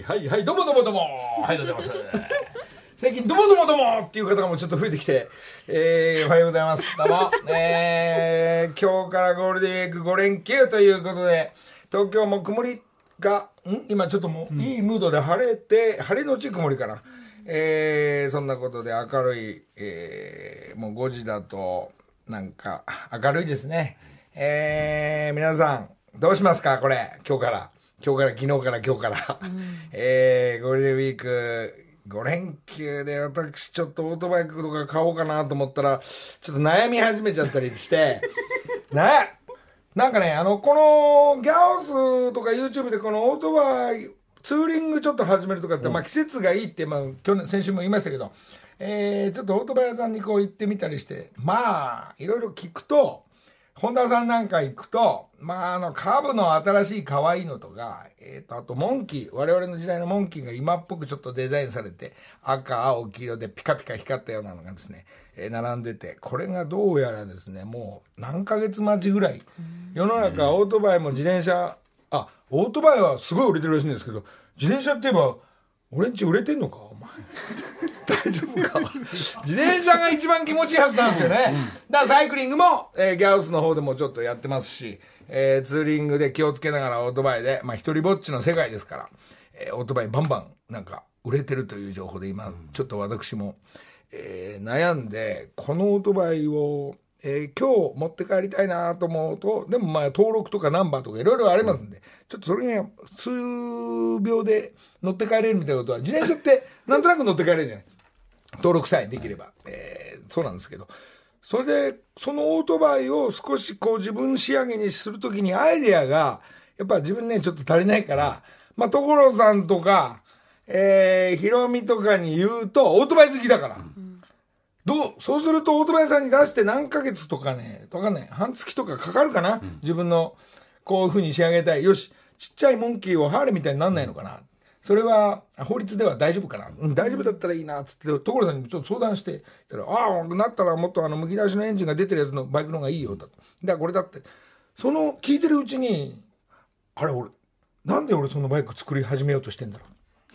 はいはい、どうもどうもどうも、はい、どうもございます。最近どうもどうもどうもっていう方がもうちょっと増えてきて、おはようございます。どうも。今日からゴールデンウィーク5連休ということで、東京も曇りが、今ちょっともういいムードで晴れて、晴れのち曇りかな。そんなことで明るい、もう5時だと、なんか明るいですね。皆さん、どうしますかこれ、昨日から、今日から、ゴールデンウィーク、5連休で私ちょっとオートバイクとか買おうかなと思ったら、ちょっと悩み始めちゃったりして、なんかね、このギャオスとか YouTube でこのオートバイ、ツーリングちょっと始めるとかって、季節がいいって、先週も言いましたけど、ちょっとオートバイ屋さんにこう行ってみたりして、いろいろ聞くと、ホンダさんなんか行くと、カブの新しい可愛いのとか、あとモンキー、我々の時代のモンキーが今っぽくちょっとデザインされて、赤、青、黄色でピカピカ光ったようなのがですね、並んでて、これがどうやらですね、もう何ヶ月待ちぐらい、世の中オートバイも自転車、オートバイはすごい売れてるらしいんですけど、自転車って言えば、俺んち売れてんのかお前。大丈夫か自転車が一番気持ちいいはずなんですよね。だからサイクリングも、ギャウスの方でもちょっとやってますし、ツーリングで気をつけながらオートバイで、一人ぼっちの世界ですから、オートバイバンバンなんか売れてるという情報で今、ちょっと私も、悩んで、このオートバイを、今日持って帰りたいなと思うと、でも登録とかナンバーとかいろいろありますんで、ちょっとそれが数秒で乗って帰れるみたいなことは、自転車ってなんとなく乗って帰れるじゃない。登録さえできれば、そうなんですけど、それでそのオートバイを少しこう自分仕上げにするときにアイデアがやっぱ自分ねちょっと足りないから、所さんとか、ヒロミとかに言うとオートバイ好きだから、そうするとオートバイさんに出して何ヶ月とかね、わかんない、半月とかかかるかな、自分のこういう風に仕上げたい、よし、ちっちゃいモンキーをハーレーみたいになんないのかな、それは法律では大丈夫かな、大丈夫だったらいいなっつって所さんにもちょっと相談して、なったらもっとむき出しのエンジンが出てるやつのバイクの方がいいよだと。だからこれだって、その聞いてるうちに、なんで俺そのバイク作り始めようとしてんだろ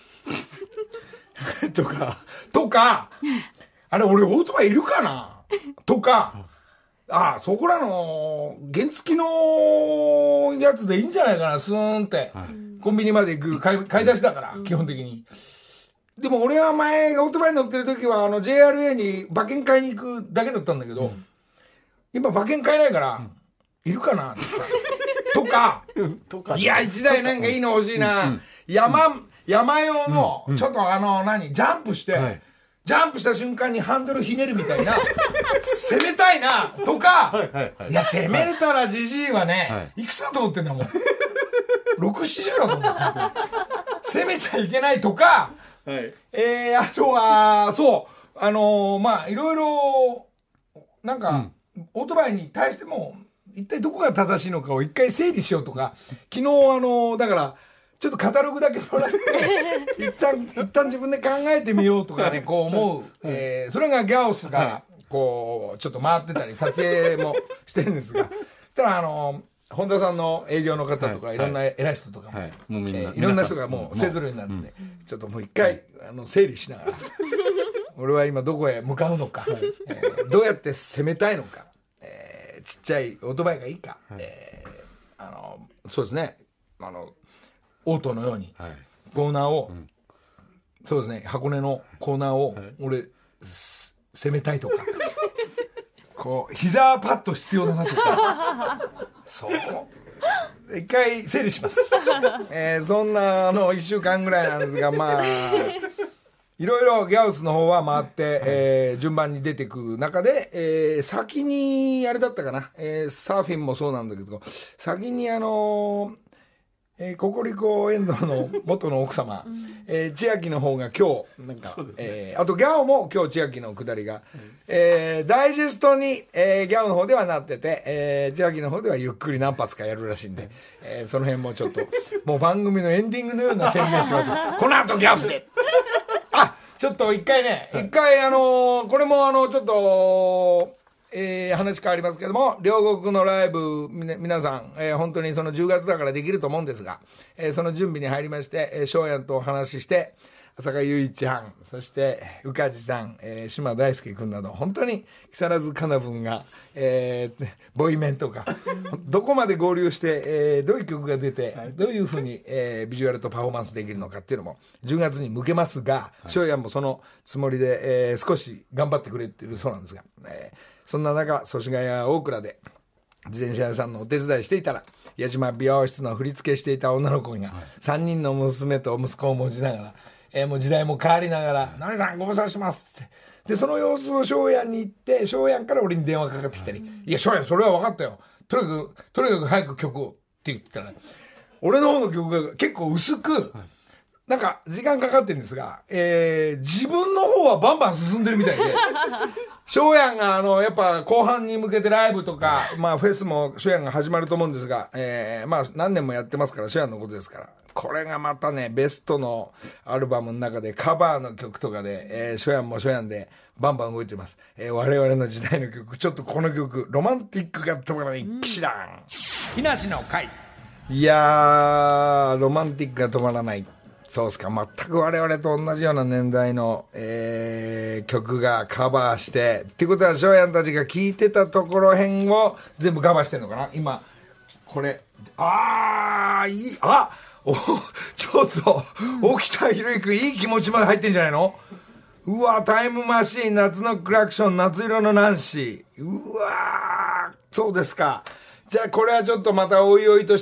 うとか俺オートバイいるかなとか、そこらの原付のやつでいいんじゃないかな、スーンって、コンビニまで行く買い出しだから、基本的に。でも俺は前オートバイに乗ってる時はJRA に馬券買いに行くだけだったんだけど、今馬券買えないからいるかなとかいや一台なんかいいの欲しいな、山用のちょっとジャンプして、ジャンプした瞬間にハンドルひねるみたいな攻めたいなとか、いや攻めれたらジジイはね、いくつだと思ってんだもん、6、70だと思う、本当に攻めちゃいけないとか、あとはそういろいろなんか、オートバイに対しても一体どこが正しいのかを一回整理しようとか、昨日だからちょっとカタログだけもらって一旦自分で考えてみようとかね、こう思う、それがギャオスがこうちょっと回ってたり撮影もしてるんですが、ただ本田さんの営業の方とかいろんな偉い人とかもいろんな人がもう勢ぞろいになるんで、ちょっともう一回整理しながら俺は今どこへ向かうのか、どうやって攻めたいのか、ちっちゃいオートバイがいいか、そうですね、オートのようにコーナーを、そうですね、箱根のコーナーを俺攻めたいとか、こう膝パッド必要だなとかそう一回整理します、そんな1週間ぐらいなんですが、いろいろギャウスの方は回って、順番に出てく中で、先にあれだったかな、サーフィンもそうなんだけど、先にココリコエンドの元の奥様、千秋の方が今日なんか、あとギャオも今日千秋の下りが、ダイジェストに、ギャオの方ではなってて、千秋の方ではゆっくり何発かやるらしいんで、その辺もちょっともう番組のエンディングのような宣言しますこの後ギャオスでちょっと一回これもちょっと話変わりますけども、両国のライブ、皆さん、本当にその10月だからできると思うんですが、その準備に入りまして、翔やんとお話しして、浅香唯一はん、そして宇梶さん、島大輔君など、本当に木更津かな分が、ボイメンとかどこまで合流して、どういう曲が出て、どういうふうに、ビジュアルとパフォーマンスできるのかっていうのも10月に向けますが、翔やんもそのつもりで、少し頑張ってくれているそうなんですが、そんな中、祖師ヶ谷大倉で自転車屋さんのお手伝いしていたら、矢島美容室の振り付けしていた女の子が3人の娘と息子を持ちながら、もう時代も変わりながら、ナミさんご無沙汰しますって。で、その様子を翔やんに言って、翔やんから俺に電話かかってきたり、いや、翔やん、それは分かったよ。とにかく早く曲をって言ってたら、俺の方の曲が結構薄く、なんか時間かかってるんですが、自分の方はバンバン進んでるみたいで、翔やんがやっぱ後半に向けてライブとか、まあフェスも翔やんが始まると思うんですが、まあ何年もやってますから、翔やんのことですから、これがまたね、ベストのアルバムの中でカバーの曲とかで、翔やんも翔やんでバンバン動いてます。我々の時代の曲、ちょっとこの曲、ロマンティックが止まらない騎士団。木梨の会。いやー、ロマンティックが止まらない。そうですか、全く我々と同じような年代の、曲がカバーしてっていうことは、翔やんたちが聴いてたところへんを全部カバーしてるのかな今これ。いい、ちょっと沖田博之君いい気持ちまで入ってんじゃないの。うわ、タイムマシーン、夏のクラクション、夏色のナンシー。うわ、そうですか。じゃあこれはちょっとまたおいおいとして、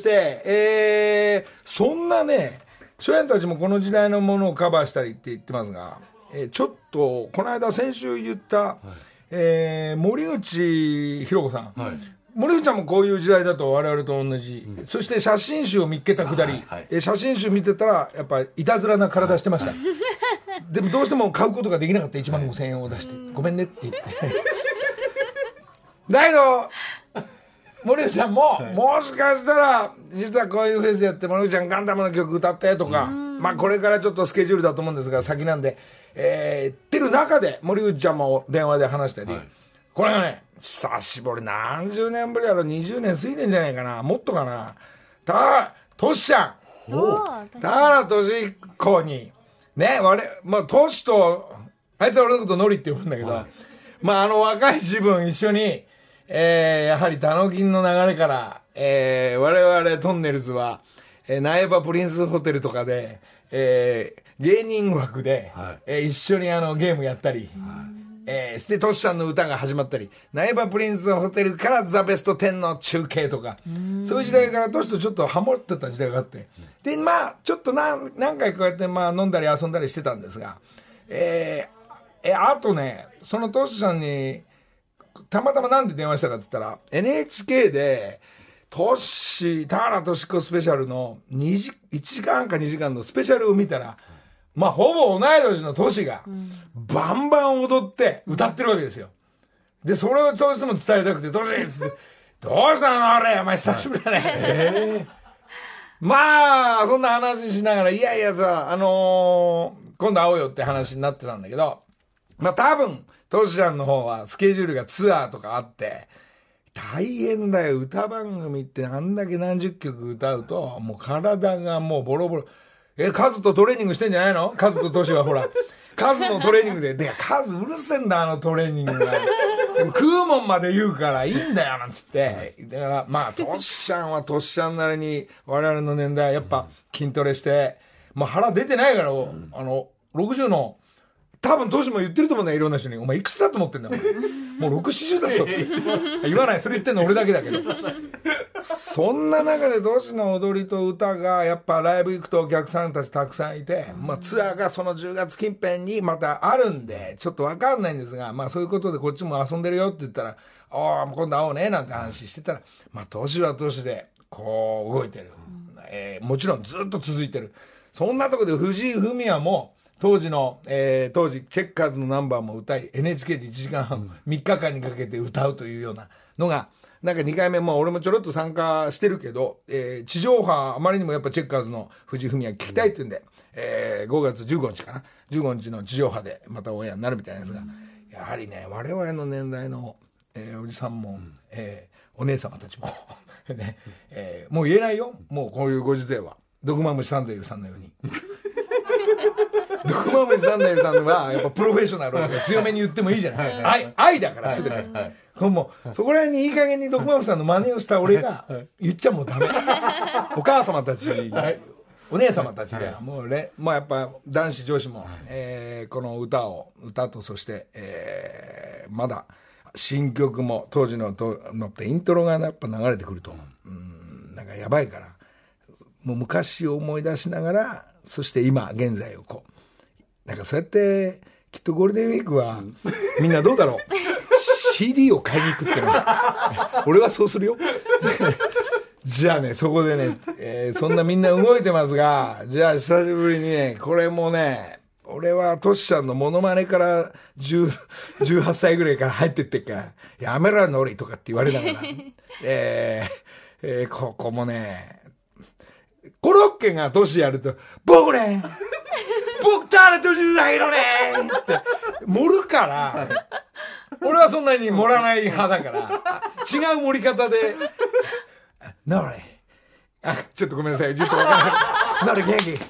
そんなね、翔やんたちもこの時代のものをカバーしたりって言ってますが、ちょっとこの間先週言った、森内博子さん、森内ちゃんもこういう時代だと我々と同じ、そして写真集を見っけたくだり、写真集見てたらやっぱりいたずらな体してました、でもどうしても買うことができなかった。1万5000円を出してごめんねって言ってだけど森内ちゃんも、もしかしたら実はこういうフェスやって森内ちゃんガンダムの曲歌ってとか、まあこれからちょっとスケジュールだと思うんですが先なんで、言ってる中で森内ちゃんも電話で話したり、これがね、久しぶり、何十年ぶりやろ、20年過ぎてんじゃないかな、もっとかな、トシちゃん、田原俊彦にね、まあトシとあいつは俺のことノリって呼ぶんだけど、まあ若い自分一緒にやはりダノキンの流れから、我々トンネルズは、苗場プリンスホテルとかで、芸人枠で、一緒にゲームやったり、でトシさんの歌が始まったり、苗場プリンスホテルからザ・ベスト10の中継とか、そういう時代からトシとちょっとハモってた時代があって、でまあちょっと何回こうやってまあ飲んだり遊んだりしてたんですが、あとね、そのトシさんにたまたまなんで電話したかって言ったら、 NHK で田原俊彦スペシャルの1時間か2時間のスペシャルを見たら、まあほぼ同い年のトシがバンバン踊って歌ってるわけですよ。でそれをどうしても伝えたくて、トシっつってどうしたのあれお前久しぶりだね、まあそんな話しながら、いやいやさ、今度会おうよって話になってたんだけど、まあ多分トシちゃんの方はスケジュールがツアーとかあって大変だよ。歌番組ってあんだけ何十曲歌うともう体がもうボロボロ。カズとトレーニングしてんじゃないの？カズとトシはほらカズのトレーニングでカズうるせえんだトレーニングがでも食うもんまで言うからいいんだよなんつって、だからまあトシちゃんはトシちゃんなりに我々の年代やっぱ筋トレして、まあ腹出てないから60の多分トシも言ってると思うんだよ、いろんな人に。お前いくつだと思ってんだよもう6、70だぞって言わない、それ言ってんの俺だけだけどそんな中でトシの踊りと歌がやっぱライブ行くとお客さんたちたくさんいて、まあツアーがその10月近辺にまたあるんでちょっと分かんないんですが、まあそういうことでこっちも遊んでるよって言ったら、ああ今度会おうねなんて話してたら、まあトシはトシでこう動いてる、もちろんずっと続いてる。そんなとこで藤井フミヤも当時チェッカーズのナンバーも歌い NHK で1時間半、3日間にかけて歌うというようなのがなんか2回目、俺もちょろっと参加してるけど、地上波あまりにもやっぱチェッカーズの藤井フミヤ聞きたいって言うんで、5月15日かな、15日の地上波でまたオンエアになるみたいなんですが、やはりね我々の年代の、 おじさんも、お姉様たちも、ねもう言えないよ、もうこういうご時世は。ドクマムシサンダーユさんのように。ドクマムシサンダーユさんはやっぱプロフェッショナル強めに言ってもいいじゃない。愛だから全て。もうそこら辺にいい加減にドクマムシさんの真似をした俺が言っちゃもうダメ。お母様たち、お姉様たちがもうやっぱ男子女子も、この歌とそして、まだ新曲も当時のイントロがやっぱ流れてくると、なんかやばいから、もう昔を思い出しながら、そして今現在をこうなんかそうやってきっとゴールデンウィークはみんなどうだろう。CD を買いに行くってのは俺はそうするよ。じゃあね、そこでね、そんなみんな動いてますが、じゃあ久しぶりにね、これもね、俺はトシちゃんのモノマネから18歳ぐらいから入ってってっから、やめろよノリとかって言われながら、ここもね、コロッケがトシやると、僕タレとじだけどねって盛るから、俺はそんなに盛らない派だから、違う盛り方で、ノリ、ちょっとごめんなさい、ちょっとわからない。ノリ元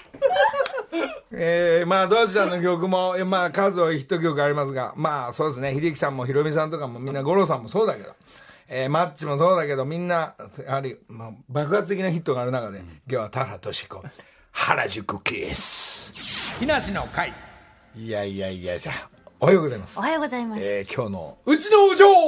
気。まあトシちゃんの曲もまあ数多いヒット曲ありますが、まあそうですね、秀樹さんもひろみさんとかもみんな五郎さんもそうだけど、マッチもそうだけど、みんなやはり、爆発的なヒットがある中で、今日は田原俊子原宿キス木梨の会。いやさあ、おはようございます。 おはようございます。 今日のうちのお嬢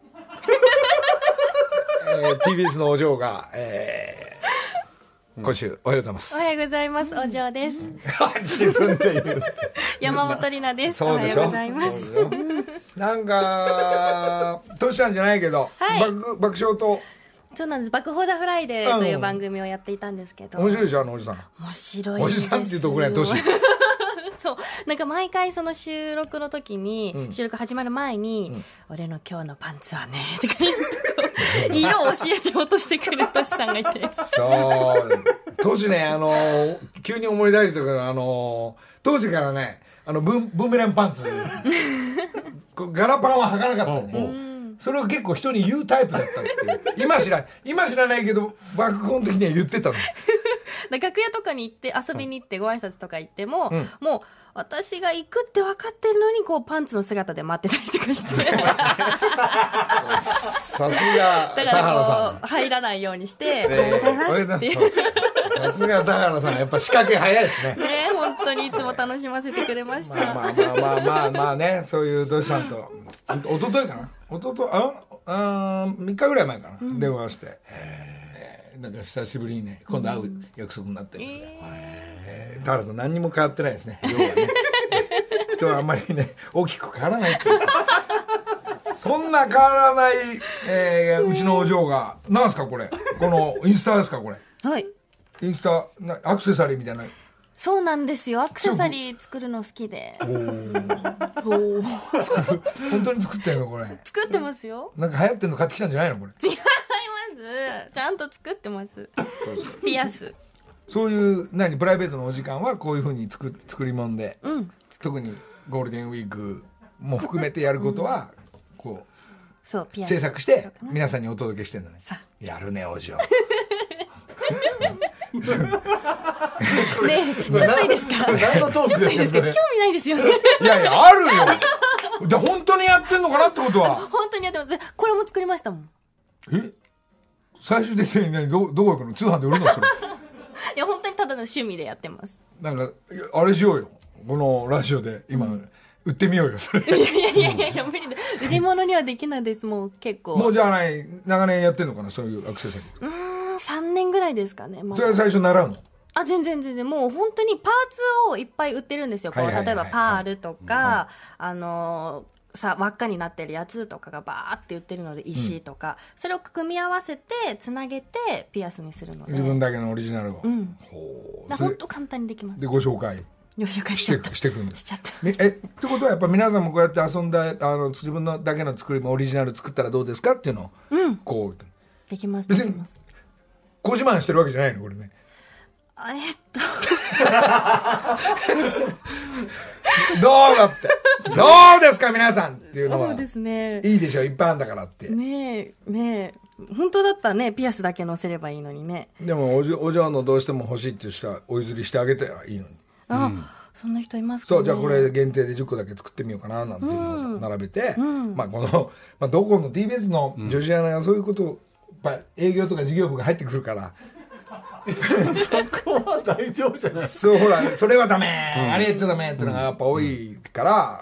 TBS のお嬢が、今週おはようございます。 おはようございます。お嬢です。 自分で言う。 山本里奈です。 そうでしょ。 おはようございます。 なんかトシちゃんじゃないけど、 はい、 爆笑と。 そうなんです。爆放ザフライデーという番組をやっていたんですけど。 面白いでしょ、あのおじさん。 面白いですよ。 おじさんっていうところやトシ。 そうなんか毎回その収録の時に、収録始まる前に、俺の今日のパンツはねとか言って色を教えちゃおうとしてくるトシさんがいて、 そうトシね、急に思い出したけど、当時からね、ブーメランパンツガラパンは履かなかったね。それを結構人に言うタイプだったっていう。今知らないけど爆破の時には言ってたの。 楽屋とかに行って遊びに行ってご挨拶とか行っても、もう私が行くって分かってるのにこうパンツの姿で待ってたりとかしてさすが田原さん、 入らないようにして、おはようございますっていう。 さすが田原さん、やっぱ仕掛け早いですね。 ね、本当にいつも楽しませてくれました。 まあね、そういうトシちゃんと一昨日かな、3日ぐらい前かな、電話をして、なんか久しぶりにね、今度会う約束になってるんですよ。田原さん何にも変わってないですね、要はね。人はあんまりね、大きく変わらないっていう。そんな変わらない、うちのお嬢が、なんすかこれ、このインスタですかこれ。 はい。 インスタアクセサリーみたいな。 そうなんですよ。アクセサリー作るの好きで。 本当に作ってんのこれ。 作ってますよ。 なんか流行ってんの買ってきたんじゃないのこれ。 違います。ちゃんと作ってます。ピアス。 そういうプライベートのお時間はこういう風に作り物で、特にゴールデンウィークも含めてやることはこうそうピアス制作して皆さんにお届けしてるのね。やるねお嬢。 ねえ、ちょっといいですか。ちょっといいですか。興味ないですよね。 いやあるよ。で本当にやってんのかなってことは。 本当にやってます。これも作りましたもん。 最終的にどこ行くの？通販で売るのそれ。 いや本当にただの趣味でやってます。 なんかあれしようよ。このラジオで今、売ってみようよそれ。 いや無理で。売り物にはできないです。もう結構。 もうじゃあ長年やってんのかなそういうアクセサリー。 3年ぐらいですかね。 それは最初習うの？ 全然もう本当にパーツをいっぱい売ってるんですよ。例えばパールとか、輪っかになってるやつとかがバーって売ってるので、石とか、それを組み合わせてつなげてピアスにするので、 自分だけのオリジナルを。 本当簡単にできます。 でご紹介してくんです。 しちゃった。 ってことはやっぱ皆さんもこうやって遊んだ自分のだけの作りもオリジナル作ったらどうですかっていうのをこうできます。 別にご自慢してるわけじゃないのこれね。どうだってどうですか皆さんっていうのは。 そうですね。 いいでしょ、いっぱいあんだからって。 ねえ。本当だったらね、ピアスだけ乗せればいいのにね。 でも、お嬢のどうしても欲しいっていう人はお譲りしてあげたらいいのに。 そんな人いますかね。 そう、じゃあこれ限定で10個だけ作ってみようかな、なんていうのをさ並べて、まあこの、まあどこの TBS の女子アナがそういうことを、やっぱ営業とか事業部が入ってくるから、 そこは大丈夫じゃない。 そう、ほら、それはダメ、あれやっちゃダメっていうのがやっぱ多いから、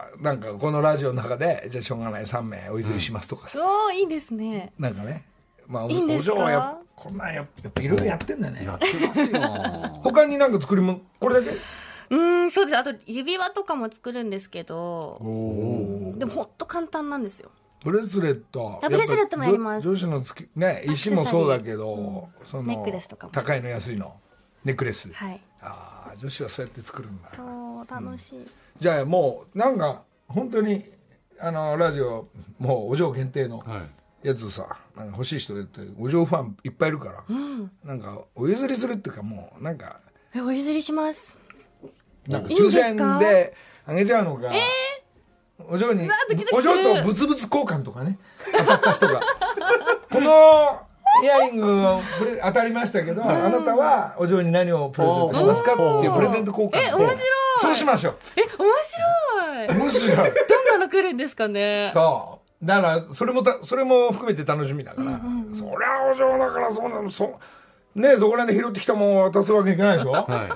なんかこのラジオの中で、じゃあしょうがない3名お譲りしますとかさ。 おー、いいですね。 なんかね。まあ、 いいんですか？ お嬢はこんなんやっぱいろいろやってんだね。 やってますよ。 他になんか作りも、これだけそうです。あと、指輪とかも作るんですけど、でもほんと簡単なんですよ。 ブレスレット。 ブレスレットもやります。 女子のね、石もそうだけど、そのネックレスとかも高いの安いの。ネックレス。 はい。 ああ、女子はそうやって作るんだ。 そう、楽しい。 じゃあもう、なんか、本当に、ラジオ、もうお嬢限定のやつさ、なんか欲しい人って、お嬢ファンいっぱいいるから、なんか、お譲りするっていうかもう、なんか、 お譲りします。 なんか抽選であげちゃうのが、お嬢に、お嬢とブツブツ交換とかね、当たった人が、このイヤリングを当たりましたけど、あなたはお嬢に何をプレゼントしますかっていうプレゼント交換で、 面白い。 そうしましょう。 面白い。 面白い。 どんなの来るんですかね。 そう。だから、それも含めて楽しみだから、そりゃお嬢だからそうなの、ねえ、そこら辺で拾ってきたもんを渡すわけいかないでしょ。はい。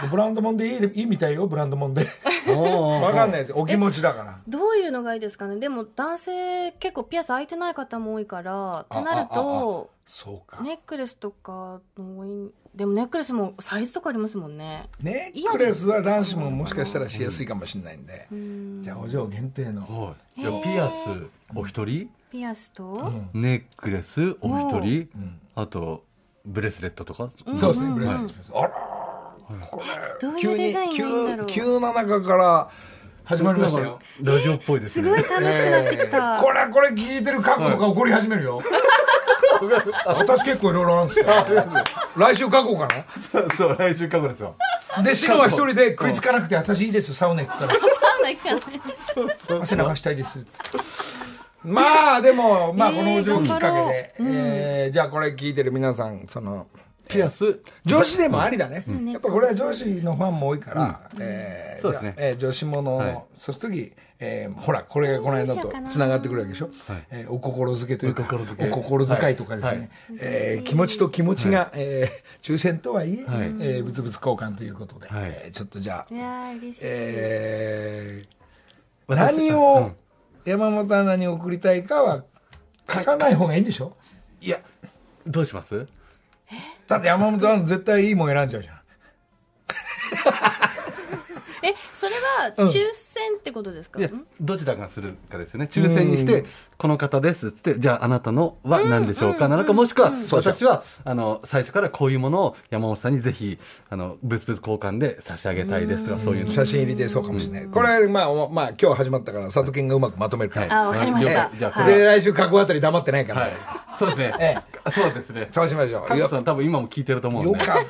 ブランドもんでいいみたいよ、ブランドもんで。わかんないです。お気持ちだから。 どういうのがいいですかね。でも男性結構ピアス開いてない方も多いから、ってなると、 そうか。 ネックレスとかのでもネックレスもサイズとかありますもんね。 ネックレスは男子ももしかしたらしやすいかもしれないんで。じゃあお嬢限定の。 じゃあピアスお一人、 ピアスとネックレスお一人、あとブレスレットとか。 そうですね、ブレスレット。あら、これどういうデザインがいいんだろう。 急な中から始まりましたよ。 ラジオっぽいですね。 すごい楽しくなってきた。 これ聞いてる角度が起こり始めるよ。私結構いろいろあるんですよ。来週書こうかな。 そう、来週書くんですよ。 で、シノは一人で食いつかなくて、私いいですサウナ行くから。 サウナ行くからね。 汗流したいです。まあでも、まあこのお嬢きっかけで、じゃあこれ聞いてる皆さん、 ピアス女子でもありだね。やっぱこれは女子のファンも多いから、 そうですね。 女子もの、その時、ほら、これがこの間と繋がってくるわけでしょ。お心づけというか、お心遣いとかですね。気持ちと気持ちが、抽選とはいえ、物々交換ということで、ちょっとじゃあ、何を、山本アナに送りたいかは書かない方がいいんでしょ。 いや、どうします？ だって山本アナ絶対いいもん選んじゃうじゃん。 それは抽選ってことですか？ いや、どちらがするかですよね。抽選にして、この方ですっつって、じゃああなたのは何でしょうかなのか、もしくは、私は、最初からこういうものを山本さんにぜひ、物々交換で差し上げたいですとか、そういう写真入りでそうかもしれない。これ、まあ、今日始まったから、佐藤健がうまくまとめるから。 わかりました。 で、来週書くあたり黙ってないから。 そうですね。そうですね。 そうしましょう。 加藤さん多分今も聞いてると思うんで。 よかった。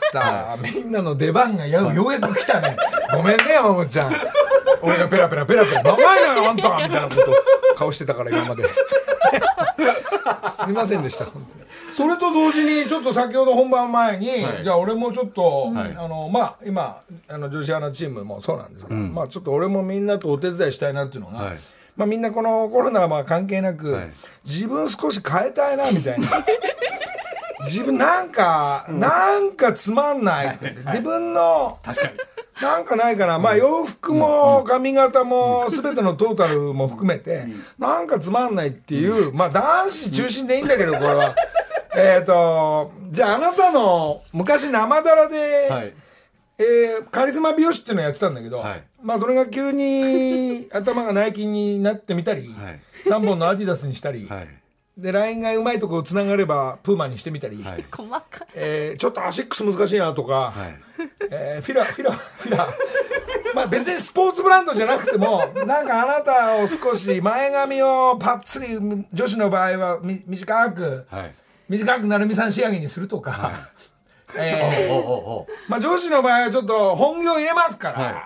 みんなの出番がようやく来たね。ごめんね、山本ちゃん。俺がペラペラ長いのよ、あんたみたいなこと顔してたから、今まで。すみませんでした、本当に。それと同時に、ちょっと先ほど本番前に、じゃあ俺もちょっと、まあ、今、女子アナチームもそうなんですけど、まあ、ちょっと俺もみんなとお手伝いしたいなっていうのが、まあみんなこのコロナはまあ関係なく、自分少し変えたいなみたいな。自分なんかつまんない。自分の、 確かに。 なんかないかな。まあ洋服も髪型も全てのトータルも含めて、なんかつまんないっていう、まあ男子中心でいいんだけど、これは。じゃああなたの昔生だらで、カリスマ美容師っていうのをやってたんだけど、まあそれが急に頭がナイキになってみたり、3本のアディダスにしたり、で、ラインがうまいとこ繋がればプーマにしてみたり、 細かい。 ちょっとアシックス難しいなとか、フィラ。まあ別にスポーツブランドじゃなくても、なんかあなたを少し前髪をパッツリ、女子の場合は短くなるみさん仕上げにするとか、まあ上司の場合はちょっと本業入れますから、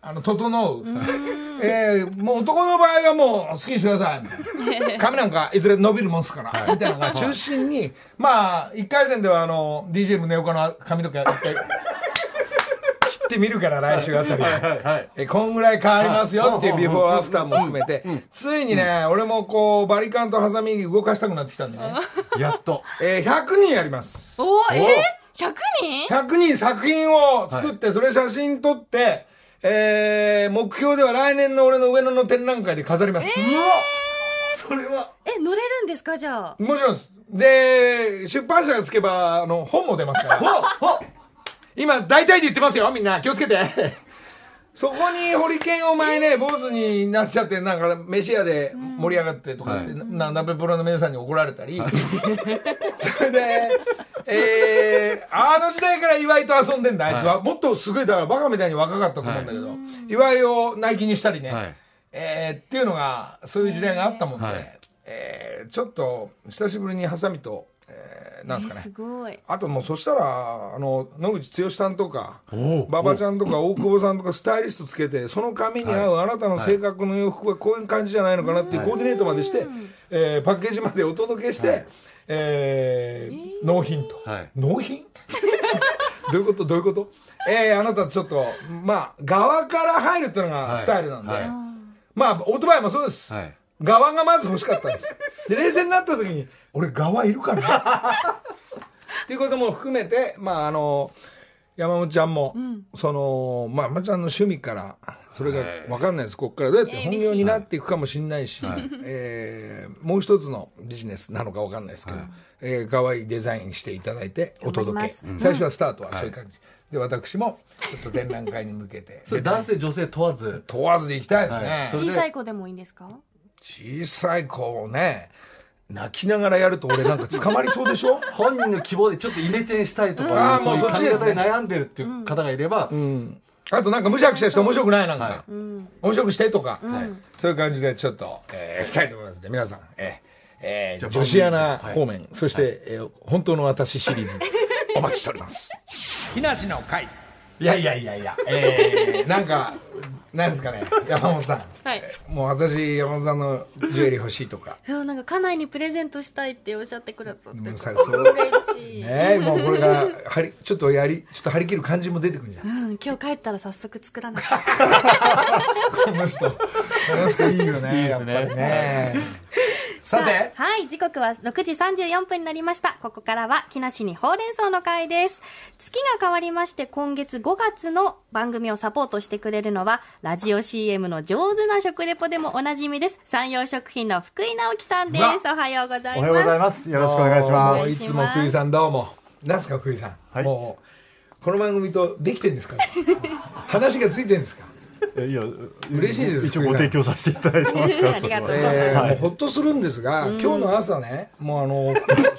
整う。もう男の場合はもう好きにしてください。髪なんかいずれ伸びるもんですから。みたいなのが中心に、まあ、1回戦ではDJ 宗岡の髪の毛一回切ってみるから来週あたりで。こんぐらい変わりますよっていうビフォーアフターも含めて、ついにね、俺もこう、バリカンとハサミ動かしたくなってきたんでね。 やっと。 100人やります。 おー、100人 ?100 人作品を作って、それ写真撮って、目標では来年の俺の上野の展覧会で飾ります。それは。 乗れるんですか、じゃあ。 もちろんです。で、出版社がつけば、本も出ますから。今、大体で言ってますよ、みんな。気をつけて。そこに、ホリケンお前ね、坊主になっちゃって、なんか、飯屋で盛り上がってとかって、鍋プロの皆さんに怒られたり。それで、あの時代から岩井と遊んでんだ、あいつは。もっとすごい、だからバカみたいに若かったと思うんだけど、岩井をナイキにしたりね、っていうのが、そういう時代があったもんで、ちょっと、久しぶりにハサミと、なんですかね。 すごい。 あともうそしたら、野口剛さんとか、馬場ちゃんとか大久保さんとかスタイリストつけて、その髪に合うあなたの性格の洋服はこういう感じじゃないのかなっていうコーディネートまでして、パッケージまでお届けして、納品と。納品どういうことどういうことあなたちょっと、まあ、側から入るっていうのがスタイルなんで、まあ、オートバイもそうです。側がまず欲しかったんです。で、冷静になった時に、俺側いるかなっていうことも含めて、まあ山本ちゃんも、まあ、山本ちゃんの趣味から、それが分かんないです。ここからどうやって本業になっていくかもしれないし、もう一つのビジネスなのか分かんないですけど、可愛いデザインしていただいてお届け。最初はスタートはそういう感じ。で、私も、ちょっと展覧会に向けて。 男性、女性問わず。 問わずで行きたいですね。 小さい子でもいいんですか？ 小さい子をね、泣きながらやると俺なんか捕まりそうでしょ本人の希望でちょっとイメチェンしたいとか、 もうそっちですね。 悩んでるっていう方がいれば、 あとなんかむしゃくしゃして面白くないなんか、面白くしてとか、そういう感じでちょっと、いきたいと思いますので、皆さん、女子アナ方面、そして、本当の私シリーズ、お待ちしております。木梨の会。いや、なんか、なんですかね、山本さん。もう私、山本さんのジュエリー欲しいとか。 そう、なんか家内にプレゼントしたいっておっしゃってくださって。嬉しい。 ね、もうこれが、ちょっと張り切る感じも出てくるじゃん。 今日帰ったら早速作らなきゃ。 この人いいよね、やっぱりね。さて、 はい、時刻は6時34分になりました。ここからは木梨にほうれん草の会です。月が変わりまして、今月5月の番組をサポートしてくれるのは、ラジオ CM の上手な食レポでもおなじみです。山陽食品の福井直樹さんです。おはようございます。 おはようございます。よろしくお願いします。 いつも福井さんどうも。なんすか福井さん。もうこの番組とできてんですか。話がついてんですか。 いや、 嬉しいです。 一応ご提供させていただいてますから。 ありがとうございます。 もうほっとするんですが、今日の朝ね、もう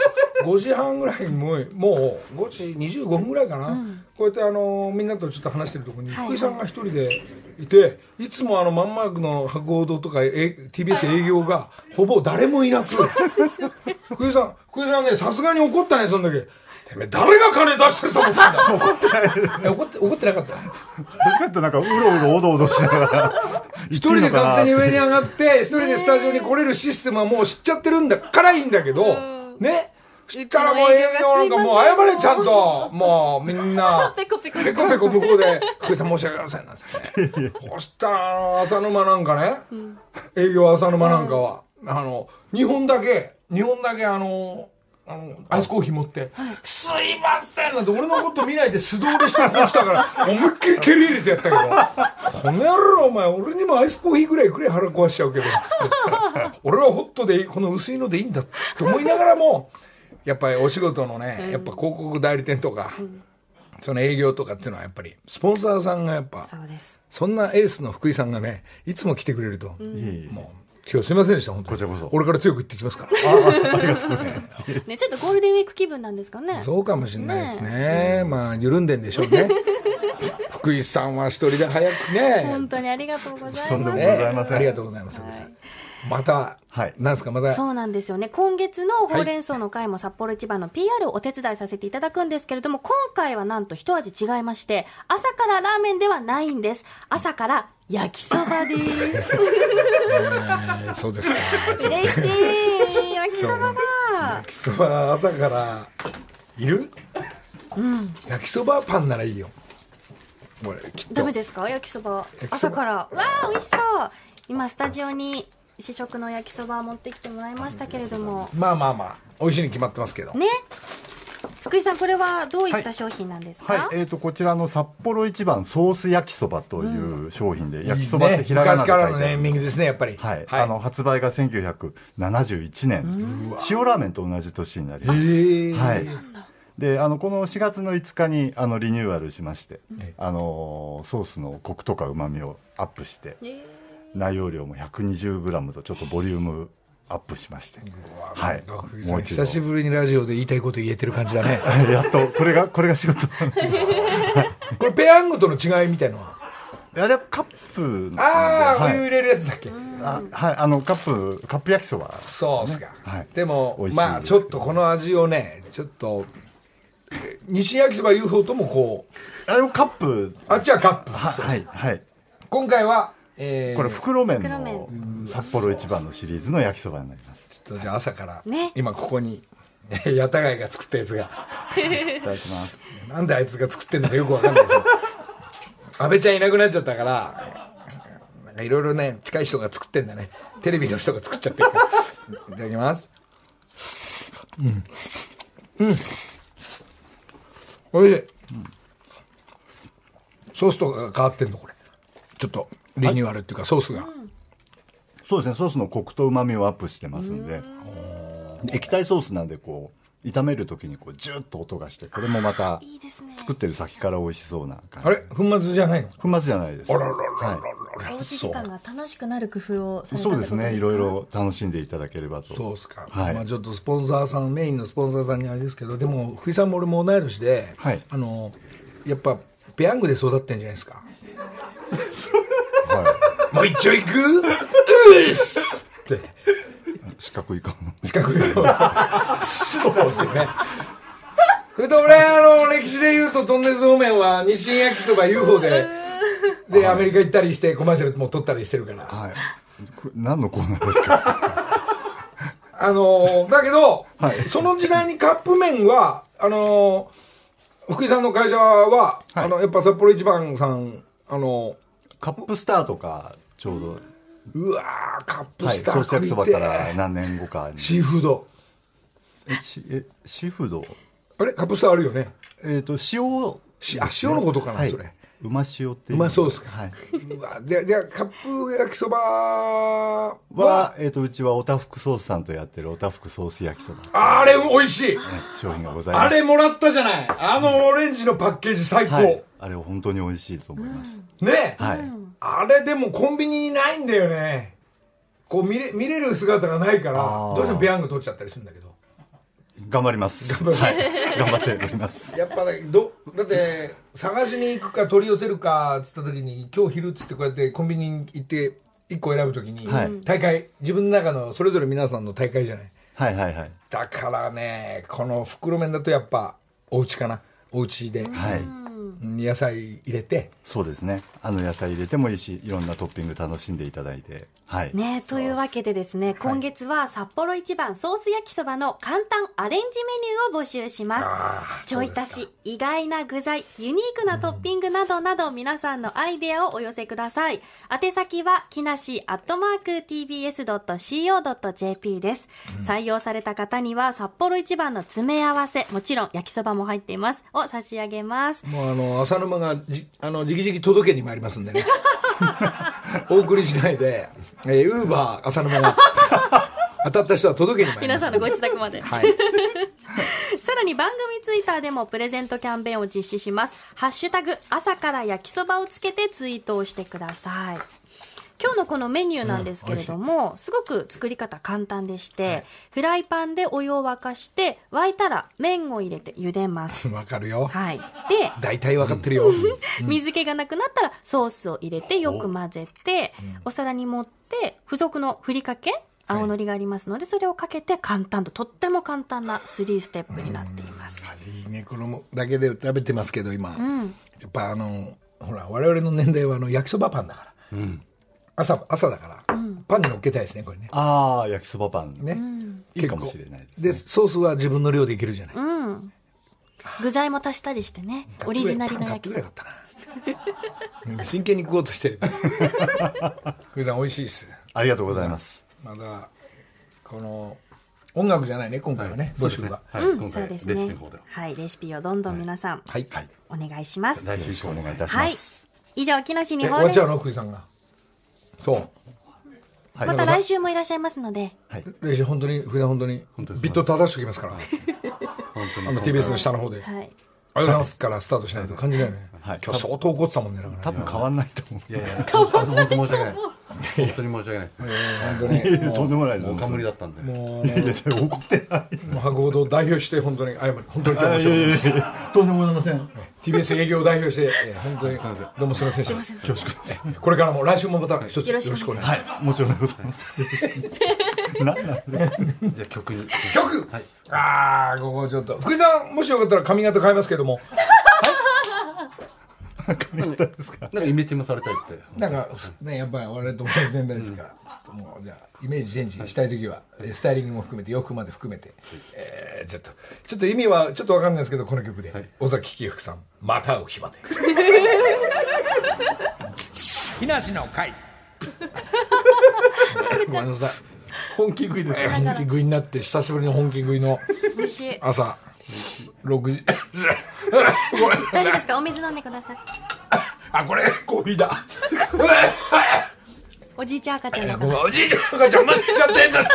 5時半ぐらいにもう5時25分ぐらいかな、こうやってみんなとちょっと話してるところに福井さんが一人でいて、いつもマンマークの博報堂とか、TBS 営業がほぼ誰もいなく、福井さんね、さすがに怒ったね、そんだけ。てめえ誰が金出してると思ってんだ。怒ってなかった。 どっちかってなんかうろうろおどおどしながら一人で勝手に上に上がって一人でスタジオに来れるシステムはもう知っちゃってるんだからいいんだけどね。そしたらもう営業なんかもう謝れちゃんと、もうみんなペコペコ向こうで福井さん申し訳ありませんなんつってそしたら浅沼なんかね、営業浅沼なんかは2本だけアイスコーヒー持って、すいませんなんて俺のこと見ないで素通りしてこう来たから思いっきり蹴り入れてやったけど、この野郎お前俺にもアイスコーヒーぐらいくれ腹壊しちゃうけどつって俺はホットでこの薄いのでいいんだと思いながらも、やっぱりお仕事のね、やっぱ広告代理店とか、その営業とかっていうのはやっぱりスポンサーさんがやっぱ そんなエースの福井さんがねいつも来てくれると、もう今日すいませんでした本当に。こちらこそ。俺から強く言ってきますから。 ありがとうございます。 ね、ちょっとゴールデンウィーク気分なんですかね。 そうかもしれないですね。まあ緩んでんでしょうね。福井さんは一人で早くね。 本当にありがとうございます。 とんでもございません。 ありがとうございます。 また、 はい。 なんですか、また。 そうなんですよね。今月のほうれん草の会も札幌一番の PR をお手伝いさせていただくんですけれども、今回はなんと一味違いまして、朝からラーメンではないんです。朝から焼きそばです。 そうですか。 嬉しい。焼きそばだ。 焼きそば朝からいる？焼きそばパンならいいよ。これきっと。 ダメですか？焼きそば。朝から。わあ、美味しそう。今スタジオに試食の焼きそばを持ってきてもらいましたけれども。 まあ美味しいに決まってますけど。 ね。福井さん、これはどういった商品なんですか？ はい、こちらの札幌一番ソース焼きそばという商品で、焼きそばってひらがな昔で書いてあるからのネーミングですね、やっぱり。 はい。発売が1971年、塩ラーメンと同じ年になります。はい。で、この4月の5日にリニューアルしまして、ソースのコクとか旨味をアップして、内容量も 120g とちょっとボリュームアップしまして、はい。 もう久しぶりにラジオで言いたいこと言えてる感じだね。 やっとこれが仕事なんです。 これペヤングとの違いみたいのは？ あれはカップ。 お湯入れるやつだっけ？ はい、カップ焼きそば。 そうですか。 はい。 でもまあちょっとこの味をね、ちょっと西焼きそば UFO ともこう、 あれもカップ。 あっちはカップ。 はい。 今回はこれ袋麺の札幌一番のシリーズの焼きそばになります。 ちょっとじゃあ朝からね、 今ここにヤタガイが作ったやつがいただきます。 なんであいつが作ってんのかよくわかんないですよ。安倍ちゃんいなくなっちゃったからなんかいろいろね近い人が作ってんだね。テレビの人が作っちゃってるからいただきます。おいしい。ソースとかが変わってんのこれ？ちょっとリニューアルっていうかソースが。 そうですね、ソースのコクと旨味をアップしてますんで、液体ソースなんでこう炒めるときにこうジュッと音がして、これもまた作ってる先から美味しそうな感じ。 あれ粉末じゃないの？ 粉末じゃないです。 あららららら。 おうち時間が楽しくなる工夫をされたそうですね、いろいろ。 ろ楽しんでいただければと。 そうですか。 はい。 まあちょっとスポンサーさん、メインのスポンサーさんにあれですけど、でも福井さんも俺も同い年で、 はい。 やっぱペヤングで育ってんじゃないですか。 はもう一丁行く？うっすって。 い。四角いかも。 四角いそうですよね。それと俺歴史で言うとトンネルズ方面は日清焼きそば UFO でアメリカ行ったりしてコマーシャルも撮ったりしてるから。 はい。これ何のコーナーですか？ だけど、 はい、 その時代にカップ麺は福井さんの会社は、 はい、 やっぱ札幌一番さんカップスターとかちょうど、 うわーカップスター、 はい、ソース焼きそばから何年後かにシーフードシーフードあれカップスターあるよね。 塩のことかな、はい、それうま塩っていう。 うまそうですか。 はい、 うわじゃあカップ焼きそばはうちはおたふくソースさんとやってるおたふくソース焼きそば、 あれ美味しい、 商品がございます。 あれもらったじゃない、オレンジのパッケージ最高、はい、 あれは本当に美味しいと思います、 ね、 はい、 あれでもコンビニにないんだよね。こう見れる姿がないからどうしてもペヤング取っちゃったりするんだけど、 頑張ります。はい、頑張っております。 やっぱだって探しに行くか取り寄せるかっつった時に今日昼っつってこうやってコンビニに行って1個選ぶ時に、はい、大会自分の中のそれぞれ皆さんの大会じゃない。 はいはいはい。 だからねこの袋麺だとやっぱお家かな、お家で、 はい、 野菜入れて。 そうですね、野菜入れてもいいしいろんなトッピング楽しんでいただいて、はいね、というわけでですね、今月は札幌一番ソース焼きそばの簡単アレンジメニューを募集します。ちょい足し、意外な具材、ユニークなトッピングなどなど、皆さんのアイデアをお寄せください。宛先はきなし@tbs.co.jp です。採用された方には札幌一番の詰め合わせ、もちろん焼きそばも入っていますを差し上げます。 もう浅沼がじきじき届けに参りますんでねお送りしないでウーバー浅沼が当たった人は届けに参ります。 皆さんのご自宅まで、 はいさらに番組ツイッターでもプレゼントキャンペーンを実施します。ハッシュタグ朝から焼きそばをつけてツイートをしてください。 今日のこのメニューなんですけれども、すごく作り方簡単でして、フライパンでお湯を沸かして沸いたら麺を入れて茹でます。 わかるよ。 はい。で、 大体わかってるよ。 水気がなくなったらソースを入れてよく混ぜて、お皿に盛って付属のふりかけ、青のりがありますので、それをかけて簡単とっても簡単な3ステップになっています。 いいね、このだけで食べてますけど今、やっぱほら我々の年代は焼きそばパンだから、朝だから、パンに乗っけたいですねこれね。 ああ、焼きそばパンね、 いいかもしれないですね。 でソースは自分の量でいけるじゃない。 具材も足したりしてね、オリジナルの焼きそば。 真剣に食おうとしてる。福井さん美味しいです。 ありがとうございます。 まだこの音楽じゃないね今回はね、募集が。 そうですね。はい、レシピをどんどん皆さんお願いします。 よろしくお願いいたします。 以上、木梨に終わっちゃうの福井さんが。そう。 また来週もいらっしゃいますので。 来週本当に福井さん本当にビット正しておきますから。TBS の下の方で。ありがとうございますからスタートしないと感じだよね。今日相当怒ってたもんね。 多分変わんないと思う。 いやいや、本当申し訳ない。本当に申し訳ない。 本当にとんでもないです。 おかむりだったんで。 もう怒ってない。 博報堂を代表して本当に謝る。本当に今日申し訳ない。 とんでもございません。 TBS 営業を代表して本当にどうもすみません。恐縮です。これからも来週もまた一つよろしくお願いします。 はい、もちろんでございます。何なんで。 じゃあ曲。 ああ、ここちょっと福井さんもしよかったら髪型変えますけども。 髪型ですか。 なんかイメチェンもされたいって。 なんかね、やっぱり我々と同じ年代ですから、ちょっともうじゃあイメージチェンジしたいときはスタイリングも含めて洋服まで含めて、ちょっと意味はちょっとわかんないですけどこの曲で尾崎紀福さんまた会う日まで。木梨の会。ごめんなさい。 本気食いです。 本気食いになって久しぶりの本気食いの朝6時。 大丈夫ですか？お水飲んでください。 あ、これコーヒーだ。 おじいちゃん赤ちゃんだから。 おじいちゃん赤ちゃん混ぜちゃってんだ。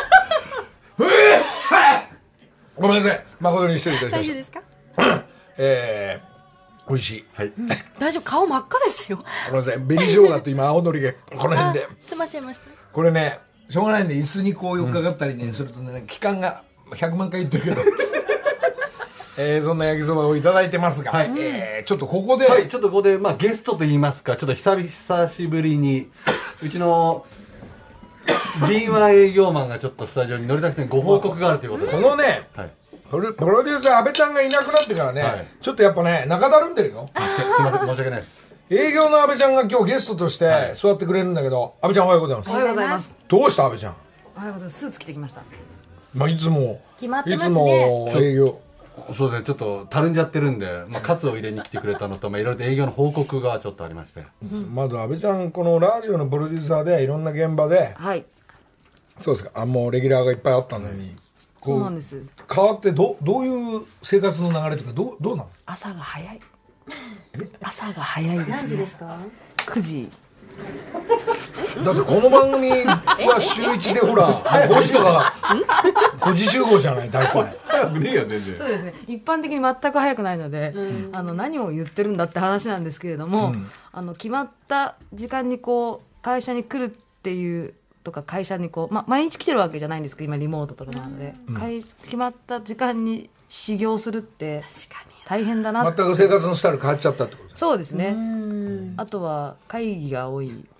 ごめんなさい。誠に失礼いたしました。 大丈夫ですか？ 美味しい。 大丈夫、顔真っ赤ですよ。 ごめんなさい。紅生姜と今青のりがこの辺で詰まっちゃいました。 これね、しょうがないんで椅子にこう寄っかかったりねするとね、気管が100万回言ってるけど。そんな焼きそばをいただいてますが、ちょっとここで、 ちょっとここで、ゲストといいますか、ちょっと久しぶりにうちの敏腕営業マンがちょっとスタジオに乗りたくてご報告があるということで、 このね、プロデューサー阿部ちゃんがいなくなってからね、ちょっとやっぱね中だるんでるよ。 すみません、申し訳ないです。 営業の阿部ちゃんが今日ゲストとして座ってくれるんだけど、阿部ちゃんおはようございます。 おはようございます。 どうした阿部ちゃん。 おはようございます。スーツ着てきました。 いつも決まってますね。 営業。 そうですね、ちょっとたるんじゃってるんで、カツを入れに来てくれたのと、いろいろと営業の報告がちょっとありまして。 まず阿部ちゃん、このラジオのプロデューサーでいろんな現場で、そうですか、もうレギュラーがいっぱいあったのに、 そうなんです。 変わってどういう生活の流れというか、どうなの？ 朝が早い。朝が早いですね。 何時ですか ？9時。 だってこの番組は週1でほら5時とか5時集合じゃない大体。 早くねえよ全然。 そうですね。一般的に全く早くないので、何を言ってるんだって話なんですけれども、決まった時間にこう会社に来るっていうとか会社にこう毎日来てるわけじゃないんですけど、今リモートとかなので、決まった時間に始業するって大変だなって。 全く生活のスタイル変わっちゃったってこと？ そうですね。あとは会議が多い。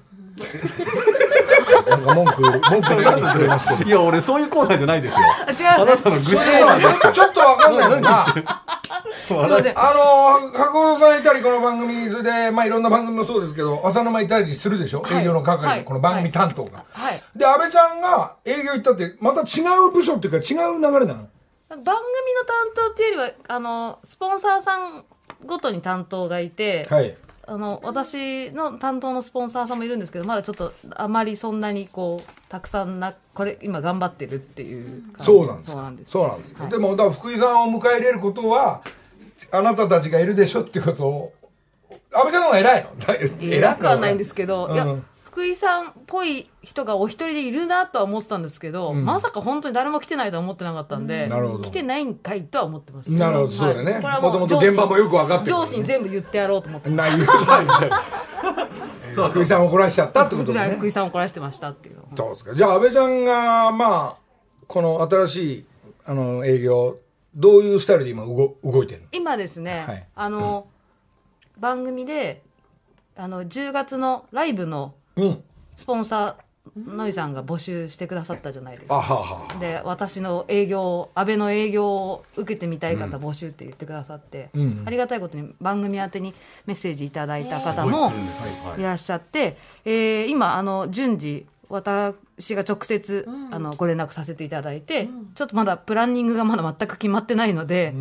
なんか文句のようにくれますけど。 いや俺そういうコーナーじゃないですよ。 違う。 あなたの愚痴コーナーでちょっとわかんないのが、 すいません。 博報さんいたりこの番組、それでいろんな番組もそうですけど、浅沼いたりするでしょ、営業の係のこの番組担当が。で阿部ちゃんが営業行ったってまた違う部署っていうか違う流れなの？ 番組の担当っていうよりはスポンサーさんごとに担当がいて、私の担当のスポンサーさんもいるんですけど、まだちょっとあまりそんなにこうたくさんこれ今頑張ってるっていう感じ。 そうなんです。でもだから福井さんを迎え入れることはあなたたちがいるでしょってことを。阿部ちゃんの方が偉いの？ 偉くはないんですけど、いや福井さんっぽい人がお一人でいるなとは思ってたんですけど、まさか本当に誰も来てないとは思ってなかったんで、来てないんかいとは思ってます。 なるほど、そうだね。もともと現場もよく分かってる。 上司に全部言ってやろうと思って。 ない。 福井さんを怒らしちゃったってことでね。 福井さんを怒らしてましたっていう。 そうですか。じゃあ安倍ちゃんがまあこの新しい営業どういうスタイルで今動いてるの？ 今ですね、 はい番組で10月のライブのスポンサー、ノイさんが募集してくださったじゃないですか。 あははで私の安倍の営業を受けてみたい方募集って言ってくださって、ありがたいことに番組宛てにメッセージいただいた方もいらっしゃって、今順次私が直接、ご連絡させていただいて、ちょっとまだプランニングがまだ全く決まってないので、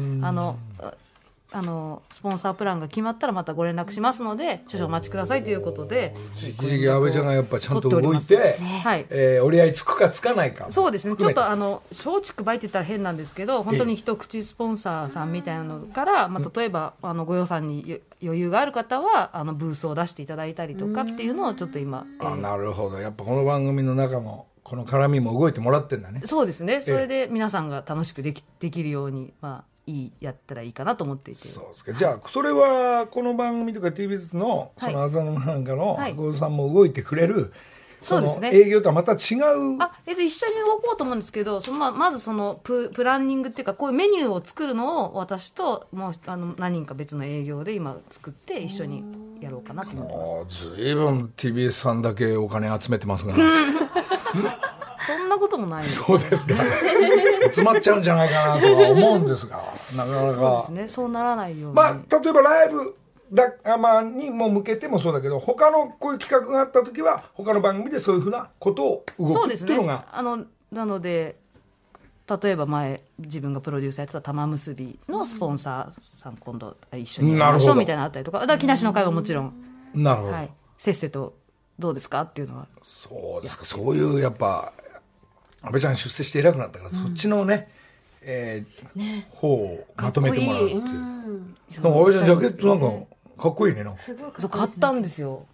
スポンサープランが決まったらまたご連絡しますので少々お待ちくださいということで、 じきじき安倍ちゃんがやっぱちゃんと動いて、折り合いつくかつかないか。 そうですね、ちょっと松竹梅って言ったら変なんですけど、本当に一口スポンサーさんみたいなのから、例えばご予算に余裕がある方はブースを出していただいたりとかっていうのをちょっと今、 なるほど。やっぱこの番組の中のこの絡みも動いてもらってんだね。 そうですね、それで皆さんが楽しくできるように、やったらいいかなと思っていて。 そうですか。じゃあそれはこの番組とか TBS のその朝のなんかの白鸚さんも動いてくれる、 そうですね、 営業とはまた違う。 一緒に動こうと思うんですけど、まずそのプランニングっていうか、こういうメニューを作るのを私ともう何人か別の営業で今作って一緒にやろうかなと思ってます。 ずいぶん TBS さんだけお金集めてますがそんなこともないです、ね、 そうですか。集まっちゃうんじゃないかなとは思うんですが、なかなかそうですね、そうならないように。 例えばライブにも向けてもそうだけど、他のこういう企画があった時は他の番組でそういうふうなことを動くっていうのが、 なので例えば前自分がプロデューサーやってた玉結びのスポンサーさん今度一緒にやりましょうみたいなのあったりとか、木梨の会はもちろん、 なるほど、 せっせとどうですかっていうのは。 そうですか。そういうやっぱ安倍ちゃん出世して偉くなったから、そっちのね、方をまとめてもらうっていう。安倍ちゃんジャケットなんかかっこいいね。 そう買ったんですよ。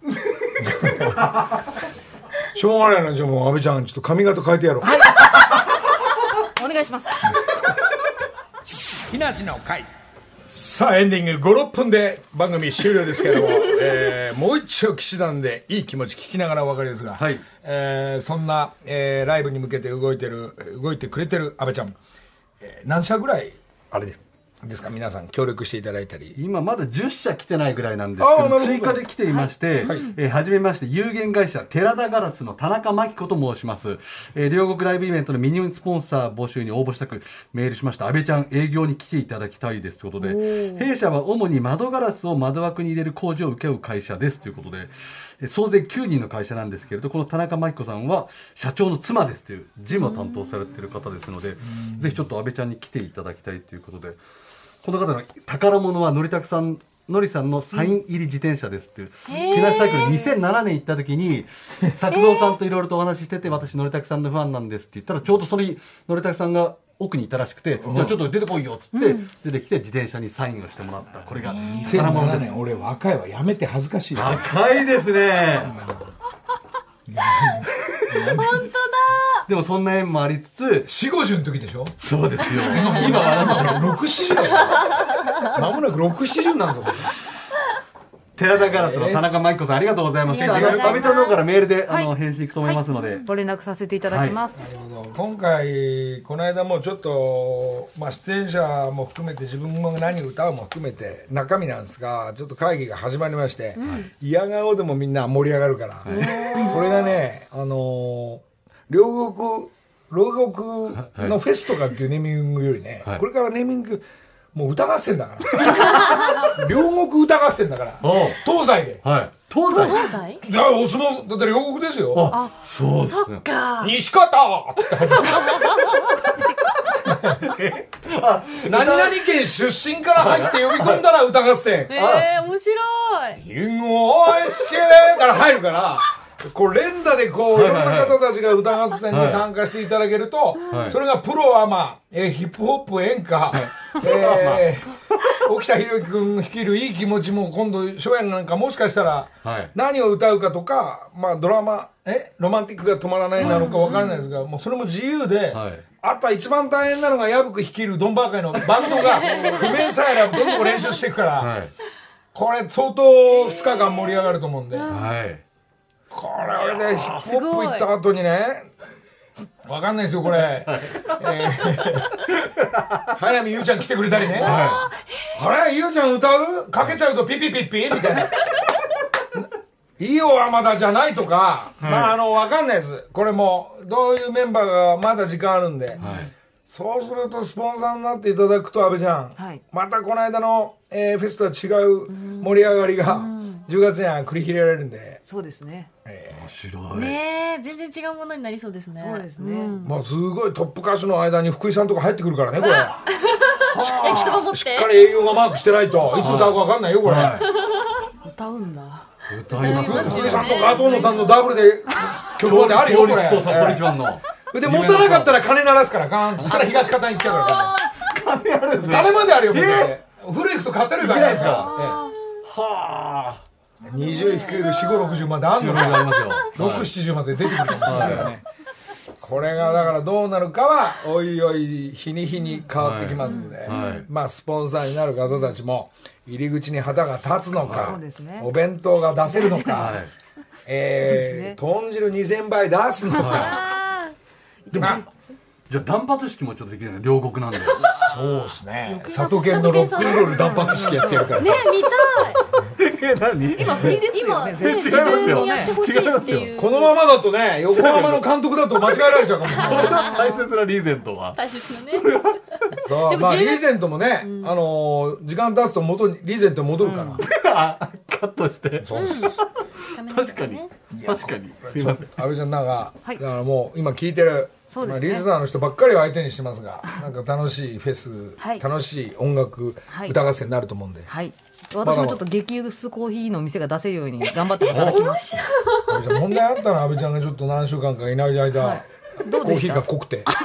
しょうがないな。じゃあもう安倍ちゃんちょっと髪型変えてやろう。 お願いします。 木梨の会。さあエンディング5、6分で番組終了ですけども、もう一丁騎士団でいい気持ち聞きながらお別れですが、そんな、ライブに向けて動いてくれてる安倍ちゃん、何社ぐらいあれですか、皆さん協力していただいたり。 今まだ10社来てないぐらいなんですけど、追加で来ていまして、はじめまして有限会社寺田ガラスの田中真紀子と申します。両国ライブイベントのミニスポンサー募集に応募したくメールしました。安倍ちゃん営業に来ていただきたいですということで、弊社は主に窓ガラスを窓枠に入れる工事を請け負う会社ですということで、総勢9人の会社なんですけれど、この田中真紀子さんは社長の妻ですという事務を担当されている方ですので、ぜひちょっと安倍ちゃんに来ていただきたいということで、この方の宝物はのりさんのサイン入り自転車ですっていう、木梨サイクル2007年行った時に作蔵さんといろいろとお話ししてて、私のりさんのファンなんですって言ったら、ちょうどそれにのりさんが奥にいたらしくて、じゃあちょっと出てこいよっつって出てきて自転車にサインをしてもらった。これが 2007年。俺若いわ、やめて恥ずかしい。 若いですね。 本当だ。 でもそんな縁もありつつ、 4、50の時でしょ。 そうですよ。 今は6、40だよ。間もなく6、40なんだ。 寺田ガラスの田中真紀子さん、ありがとうございます。安倍ちゃんの方からメールで返信いくと思いますので、 ご連絡させていただきます。 なるほど。今回この間もちょっと、出演者も含めて自分も何歌うも含めて中身なんですが、ちょっと会議が始まりまして、嫌顔でもみんな盛り上がるから、これがね、両国のフェスとかっていうネーミングよりね、これからネーミングもう歌合戦だから両国歌合戦だから東西で、 東西だからお相撲だって両国ですよ。 そうですね。 そっか。 西方って入って何々県出身から入って呼び込んだら歌合戦。 面白い。 銀を愛してから入るから、こう連打でこういろんな方たちが歌合戦に参加していただけると、それがプロアマ、ヒップホップ演歌、沖田博之君率いるいい気持ちも今度初演なんかもしかしたら何を歌うかとか、ドラマロマンティックが止まらないなのか分からないですが、もうそれも自由で、あとは一番大変なのが矢吹率いるドンバー界のバンドが譜面さえどんどん練習していくから、これ相当2日間盛り上がると思うんで。 これでヒップホップ行った後にね、わかんないですよこれ、早見優ちゃん来てくれたりね、あれ優ちゃん歌うかけちゃうぞピピピッピみたいな、いいよまだじゃないとか、まあわかんないです。これもどういうメンバーがまだ時間あるんで、そうするとスポンサーになっていただくと阿部ちゃん、またこの間の、フェスとは違う盛り上がりが10月には繰り広げられるんで、 そうですね。 面白いねえ、全然違うものになりそうですね。 そうですね。 まあすごいトップ歌手の間に福井さんとか入ってくるからねこれ。 焼きそば持ってしっかり営業がマークしてないといつ歌うか分かんないよこれ。 歌うんだ。 歌いますね。 福井さんと加藤野さんのダブルで曲まであるよこれ。 と札幌一番ので持たなかったら鐘鳴らすからガーンとしたら東方に行っちゃうから金あるんですね。金まであるよ別に。古い服と買ってるからね。はあ。20引ける4、5、60まであんのかな。6、70まで出てくるかもしれないね。これがだからどうなるかはおいおい日に日に変わってきますんで、まあスポンサーになる方たちも入り口に旗が立つのか、お弁当が出せるのか、豚汁2000杯出すのか。 じゃあ断髪式もちょっとできるね、両国なんで。 そうですね。佐渡県のロックンロール断髪式やってるから。 ね、見たい。 何？ 今フリーですよね。 今自分にやってほしいっていう。 このままだとね、横浜の監督だと間違えられちゃうかもしれない。 大切なリーゼントは。 大切なね。 そう、まあリーゼントもね、時間経つと元にリーゼント戻るから。 カットして。確かに確かに。すいません。 阿部ちゃんなんか、だからもう今聞いてる。 そうですね。 リスナーの人ばっかりを相手にしてますが、なんか楽しいフェス、楽しい音楽、歌合戦になると思うんで。 はい。私もちょっと激薄コーヒーの店が出せるように頑張って働きます。 阿部ちゃん問題あったな、阿部ちゃんがちょっと何週間かいない間、コーヒーが濃くて。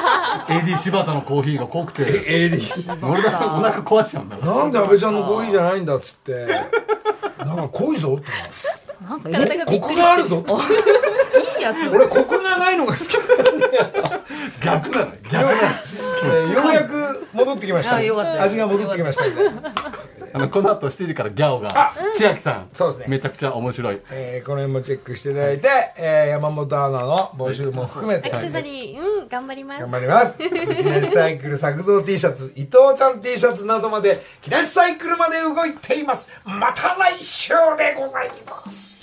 AD 柴田のコーヒーが濃くて。 AD。 森田さんお腹壊しちゃうんだ。 なんで阿部ちゃんのコーヒーじゃないんだっつって、なんか濃いぞって。 なんかコクがあるぞ。 いいやつ。 俺コクがないのが好きなんだよ。 逆なの。逆なの。 ようやく戻ってきました。味が戻ってきましたんで。 この後7時からギャオが千秋さん、 そうですね。 めちゃくちゃ面白い。 この辺もチェックしていただいて、山本アナの募集も含めてアクセサリー、頑張ります。 頑張ります。木梨サイクル作造 T シャツ、伊藤ちゃん T シャツなどまで木梨サイクルまで動いています。また来週でございます。